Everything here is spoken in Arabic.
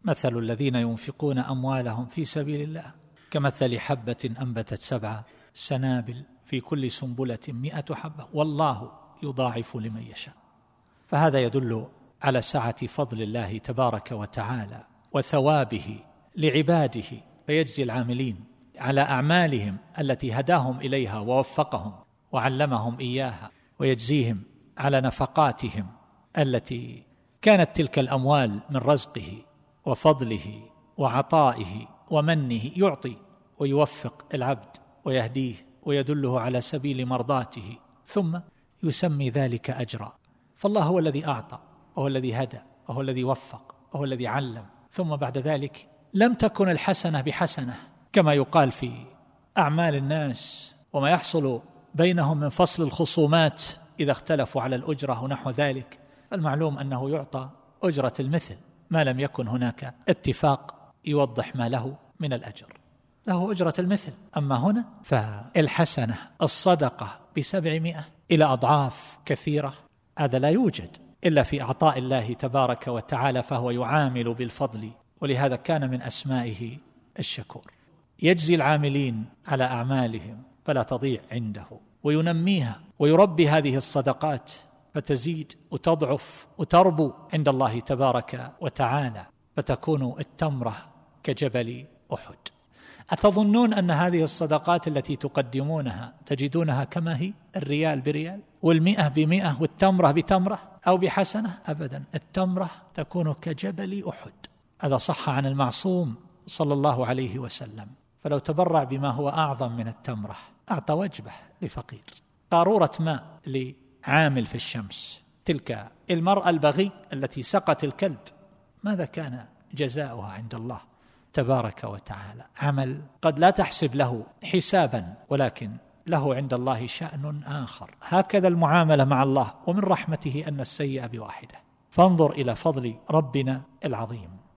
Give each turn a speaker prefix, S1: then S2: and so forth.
S1: مثل الذين ينفقون أموالهم في سبيل الله كمثل حبة أنبتت 7 سنابل في كل سنبلة 100 حبة والله يضاعف لمن يشاء. فهذا يدل على سعة فضل الله تبارك وتعالى وثوابه لعباده، فيجزي العاملين على أعمالهم التي هداهم إليها ووفقهم وعلمهم إياها، ويجزيهم على نفقاتهم التي كانت تلك الأموال من رزقه وفضله وعطائه ومنه، يعطي ويوفق العبد ويهديه ويدله على سبيل مرضاته، ثم يسمي ذلك أجرا. فالله هو الذي أعطى وهو الذي هدى وهو الذي وفق وهو الذي علم، ثم بعد ذلك لم تكن الحسنة بحسنة كما يقال في أعمال الناس وما يحصل بينهم من فصل الخصومات إذا اختلفوا على الأجرة ونحو ذلك. المعلوم أنه يعطى أجرة المثل ما لم يكن هناك اتفاق يوضح ما له من الأجر، له أجرة المثل. أما هنا فالحسنة الصدقة ب700 إلى أضعاف كثيرة، هذا لا يوجد إلا في أعطاء الله تبارك وتعالى، فهو يعامل بالفضل، ولهذا كان من أسمائه الشكور. يجزي العاملين على أعمالهم فلا تضيع عنده، وينميها ويربي هذه الصدقات فتزيد وتضعف وتربو عند الله تبارك وتعالى، فتكون التمرة كجبل أحد. أتظنون أن هذه الصدقات التي تقدمونها تجدونها كما هي، الريال بريال والمئة بمئة والتمرة بتمرة أو بحسنة؟ أبدا، التمرة تكون كجبل أحد. هذا صح عن المعصوم صلى الله عليه وسلم. فلو تبرع بما هو أعظم من التمرة، أعطى وجبة لفقير، قارورة ماء لعامل في الشمس، تلك المرأة البغي التي سقت الكلب، ماذا كان جزاؤها عند الله تبارك وتعالى؟ عمل قد لا تحسب له حسابا، ولكن له عند الله شأن آخر. هكذا المعاملة مع الله، ومن رحمته أن السيئة بواحدة. فانظر إلى فضل ربنا العظيم.